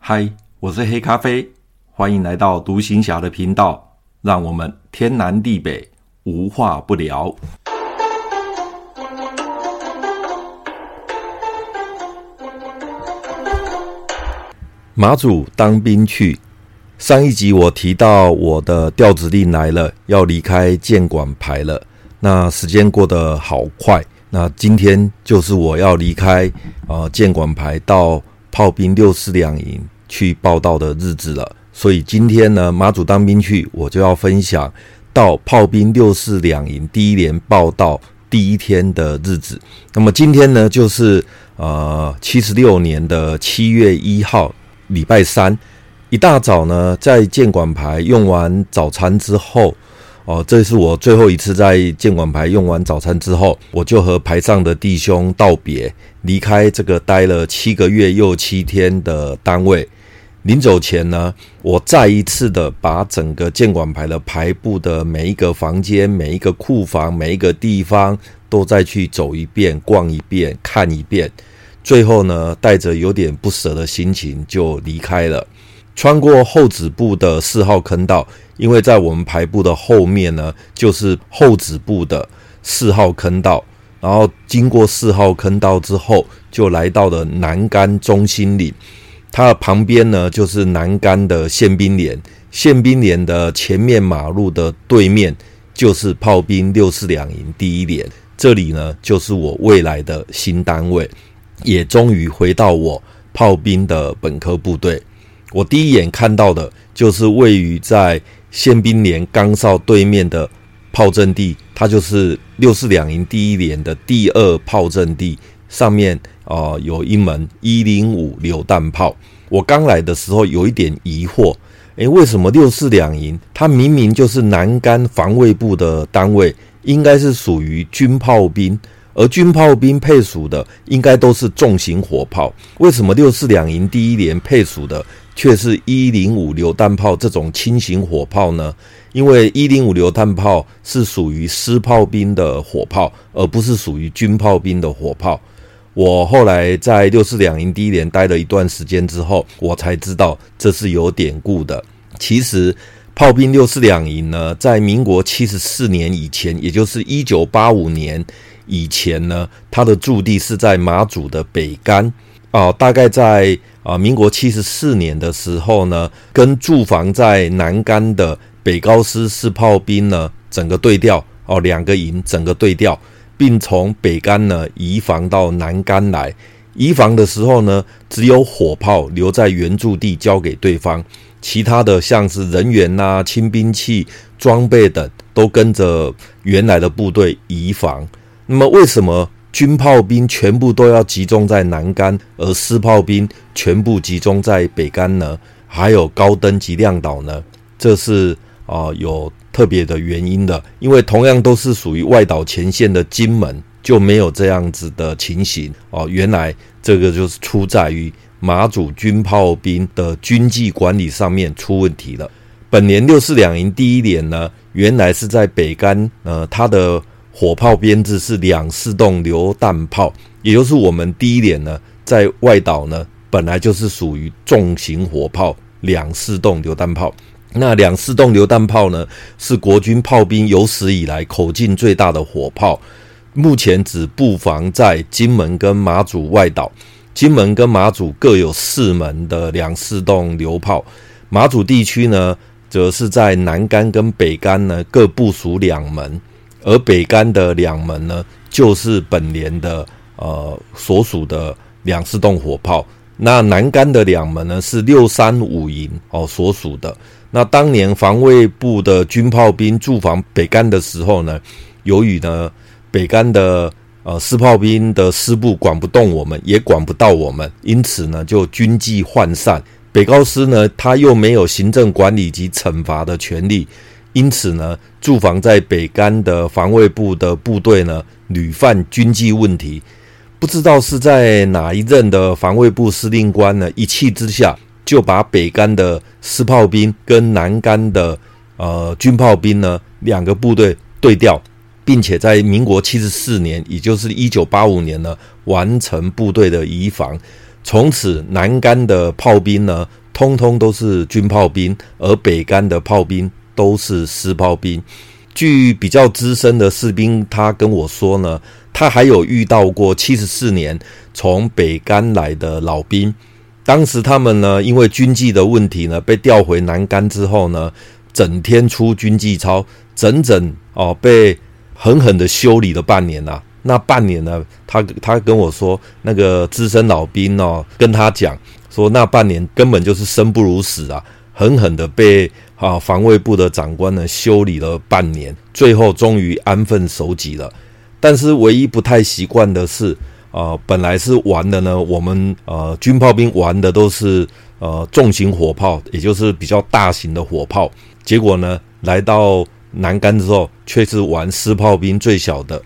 嗨，我是黑咖啡，欢迎来到独行侠的频道，让我们天南地北无话不聊。马祖当兵去，上一集我提到我的调职令来了，要离开建管排了。那时间过得好快，那今天就是我要离开建管排到炮兵64两营去报到的日子了。所以今天呢，马祖当兵去，我就要分享到炮兵64两营第一连报到第一天的日子。那么今天呢，就是76年的7月1号礼拜三，一大早呢，在建管排用完早餐之后，这是我最后一次在建管排用完早餐之后，我就和排上的弟兄道别，离开这个待了7个月又7天的单位。临走前呢，我再一次的把整个建管排的排部的每一个房间、每一个库房、每一个地方都再去走一遍、逛一遍、看一遍。最后呢，带着有点不舍的心情就离开了。穿过后指部的4号坑道，因为在我们排部的后面呢，就是后指部的4号坑道，然后经过4号坑道之后，就来到了南竿中心岭。它的旁边呢，就是南竿的宪兵连，宪兵连的前面马路的对面就是炮兵64两营第一连，这里呢就是我未来的新单位，也终于回到我炮兵的本科部队。我第一眼看到的就是位于在宪兵连岗哨对面的炮阵地，它就是64两营第一连的第2炮阵地，上面有一门105榴弹炮。我刚来的时候有一点疑惑，为什么64两营它明明就是南竿防卫部的单位，应该是属于军炮兵，而军炮兵配属的应该都是重型火炮，为什么64两营第一连配属的却是105榴弹炮这种轻型火炮呢？因为105榴弹炮是属于师炮兵的火炮，而不是属于军炮兵的火炮。我后来在64两营第一连待了一段时间之后，我才知道这是有典故的。其实炮兵64两营呢，在民国74年以前，也就是1985年以前呢，它的驻地是在马祖的北竿。大概在民国74年的时候呢，跟驻防在南竿的北高师4炮兵呢，整个对调，2个营整个对调，并从北竿呢移防到南竿来。移防的时候呢，只有火炮留在原驻地交给对方，其他的像是人员啊、轻兵器、装备等都跟着原来的部队移防。那么为什么军炮兵全部都要集中在南竿，而师炮兵全部集中在北竿呢？还有高登及亮岛呢？这是有特别的原因的，因为同样都是属于外岛前线的金门，就没有这样子的情形。原来这个就是出在于马祖军炮兵的军纪管理上面出问题了。本年64两营第一连呢，原来是在北竿，它的火炮编制是2式动榴弹炮，也就是我们第一连呢，在外岛呢本来就是属于重型火炮2式动榴弹炮。那2式动榴弹炮呢，是国军炮兵有史以来口径最大的火炮，目前只布防在金门跟马祖外岛，金门跟马祖各有4门的2式动榴炮，马祖地区呢，则是在南竿跟北竿呢各部署2门，而北竿的2门呢，就是本连的所属的2式动火炮。那南竿的2门呢，是635营所属的。那当年防卫部的军炮兵驻防北竿的时候呢，由于呢北竿的师炮兵的师部管不动我们，也管不到我们，因此呢就军纪涣散。北高师呢，他又没有行政管理及惩罚的权利，因此呢驻防在北竿的防卫部的部队呢屡犯军纪问题。不知道是在哪一任的防卫部司令官呢，一气之下就把北竿的师炮兵跟南竿的军炮兵呢2个部队对调，并且在民国74年，也就是1985年呢完成部队的移防。 从此南竿的炮兵呢，通通都是军炮兵，而北竿的炮兵都是师炮兵。据比较资深的士兵他跟我说呢，他还有遇到过74年从北竿来的老兵，当时他们呢因为军纪的问题呢，被调回南竿之后呢，整天出军纪操，整整被狠狠的修理了半年啊。那半年呢，他跟我说，那个资深老兵跟他讲说，那半年根本就是生不如死啊，狠狠的被防卫部的长官呢修理了半年，最后终于安分守己了。但是唯一不太习惯的是，本来是玩的呢，我们军炮兵玩的都是重型火炮，也就是比较大型的火炮，结果呢来到南竿之后，却是玩师炮兵最小的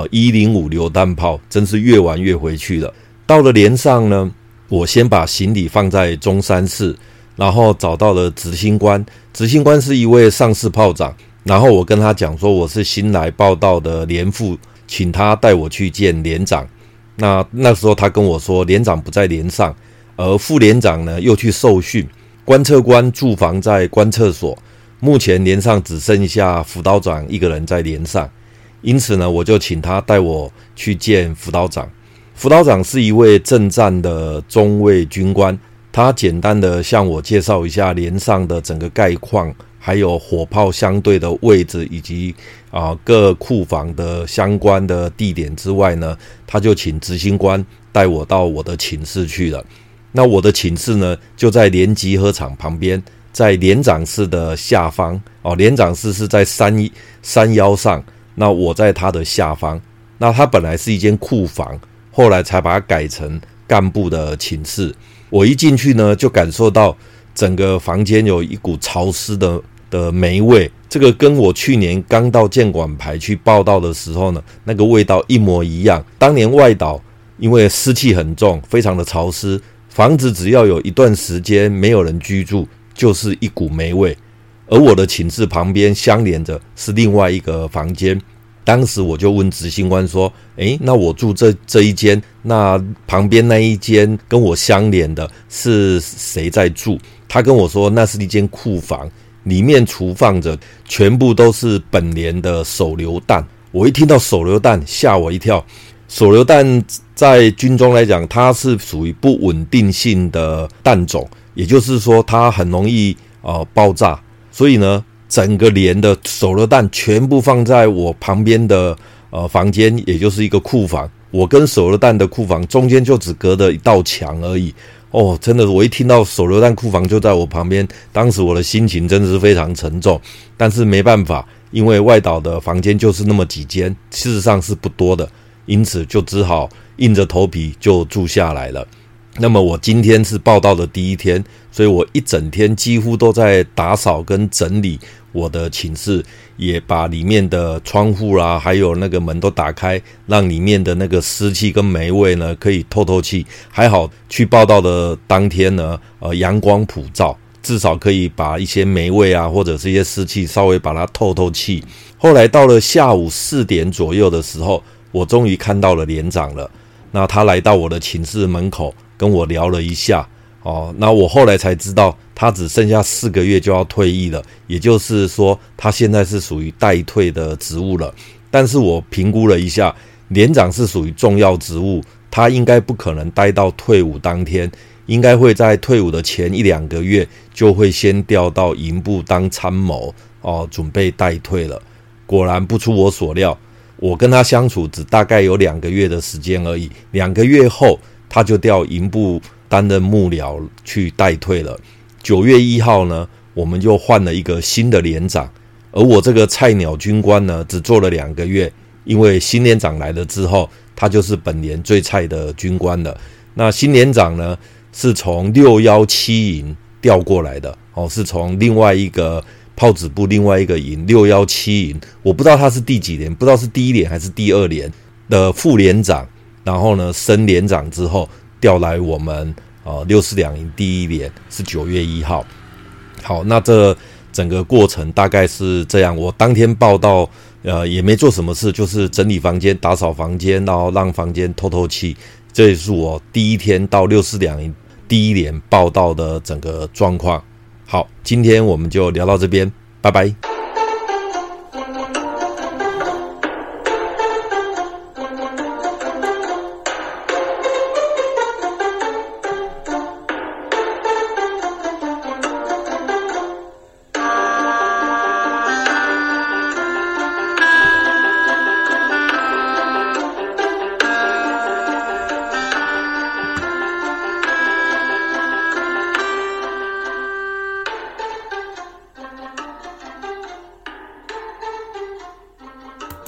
105榴弹炮，真是越玩越回去了。到了连上呢，我先把行李放在中山市，然后找到了执行官。执行官是一位上士炮长，然后我跟他讲说我是新来报到的连副，请他带我去见连长。那时候他跟我说，连长不在连上，而副连长呢又去受训，观测官驻防在观测所，目前连上只剩下辅导长一个人在连上。因此呢，我就请他带我去见辅导长。辅导长是一位政战的中尉军官，他简单的向我介绍一下连上的整个概况，还有火炮相对的位置，以及各库房的相关的地点之外呢，他就请执行官带我到我的寝室去了。那我的寝室呢，就在连集合场旁边，在连长室的下方连长室是在山腰上，那我在他的下方。那他本来是一间库房，后来才把它改成干部的寝室。我一进去呢，就感受到整个房间有一股潮湿的霉味，这个跟我去年刚到建管排去报到的时候呢，那个味道一模一样。当年外岛因为湿气很重，非常的潮湿，房子只要有一段时间没有人居住，就是一股霉味。而我的寝室旁边相连着是另外一个房间，当时我就问执行官说，那我住这一间，那旁边那一间跟我相连的是谁在住？他跟我说，那是一间库房，里面储放着全部都是本连的手榴弹。我一听到手榴弹，吓我一跳。手榴弹在军中来讲，它是属于不稳定性的弹种，也就是说它很容易爆炸。所以呢，整个连的手榴弹全部放在我旁边的房间，也就是一个库房。我跟手榴弹的库房中间就只隔着一道墙而已。真的，我一听到手榴弹库房就在我旁边，当时我的心情真的是非常沉重。但是没办法，因为外岛的房间就是那么几间，事实上是不多的，因此就只好硬着头皮就住下来了。那么我今天是报到的第一天，所以我一整天几乎都在打扫跟整理我的寝室，也把里面的窗户啦，还有那个门都打开，让里面的那个湿气跟霉味呢可以透气。还好去报到的当天呢，阳光普照，至少可以把一些霉味啊或者是一些湿气稍微把它透气。后来到了下午4点左右的时候，我终于看到了连长了。那他来到我的寝室门口跟我聊了一下那我后来才知道他只剩下4个月就要退役了，也就是说他现在是属于待退的职务了。但是我评估了一下，连长是属于重要职务，他应该不可能待到退伍当天，应该会在退伍的前1-2个月就会先调到营部当参谋准备待退了。果然不出我所料，我跟他相处只大概有2个月的时间而已，2个月后他就调营部担任幕僚去待退了。9月1号呢，我们就换了一个新的连长，而我这个菜鸟军官呢，只做了2个月，因为新连长来了之后，他就是本连最菜的军官了。那新连长呢，是从617营调过来的是从另外一个炮指部另外一个营617营，我不知道他是第几连，不知道是第1连还是第2连的副连长，然后呢升连长之后调来我们642营第1连，是9月1号。好，那这整个过程大概是这样。我当天报到也没做什么事，就是整理房间打扫房间，然后让房间透气， 这也是我第一天到64两营第一连报道的整个状况。好，今天我们就聊到这边，拜拜。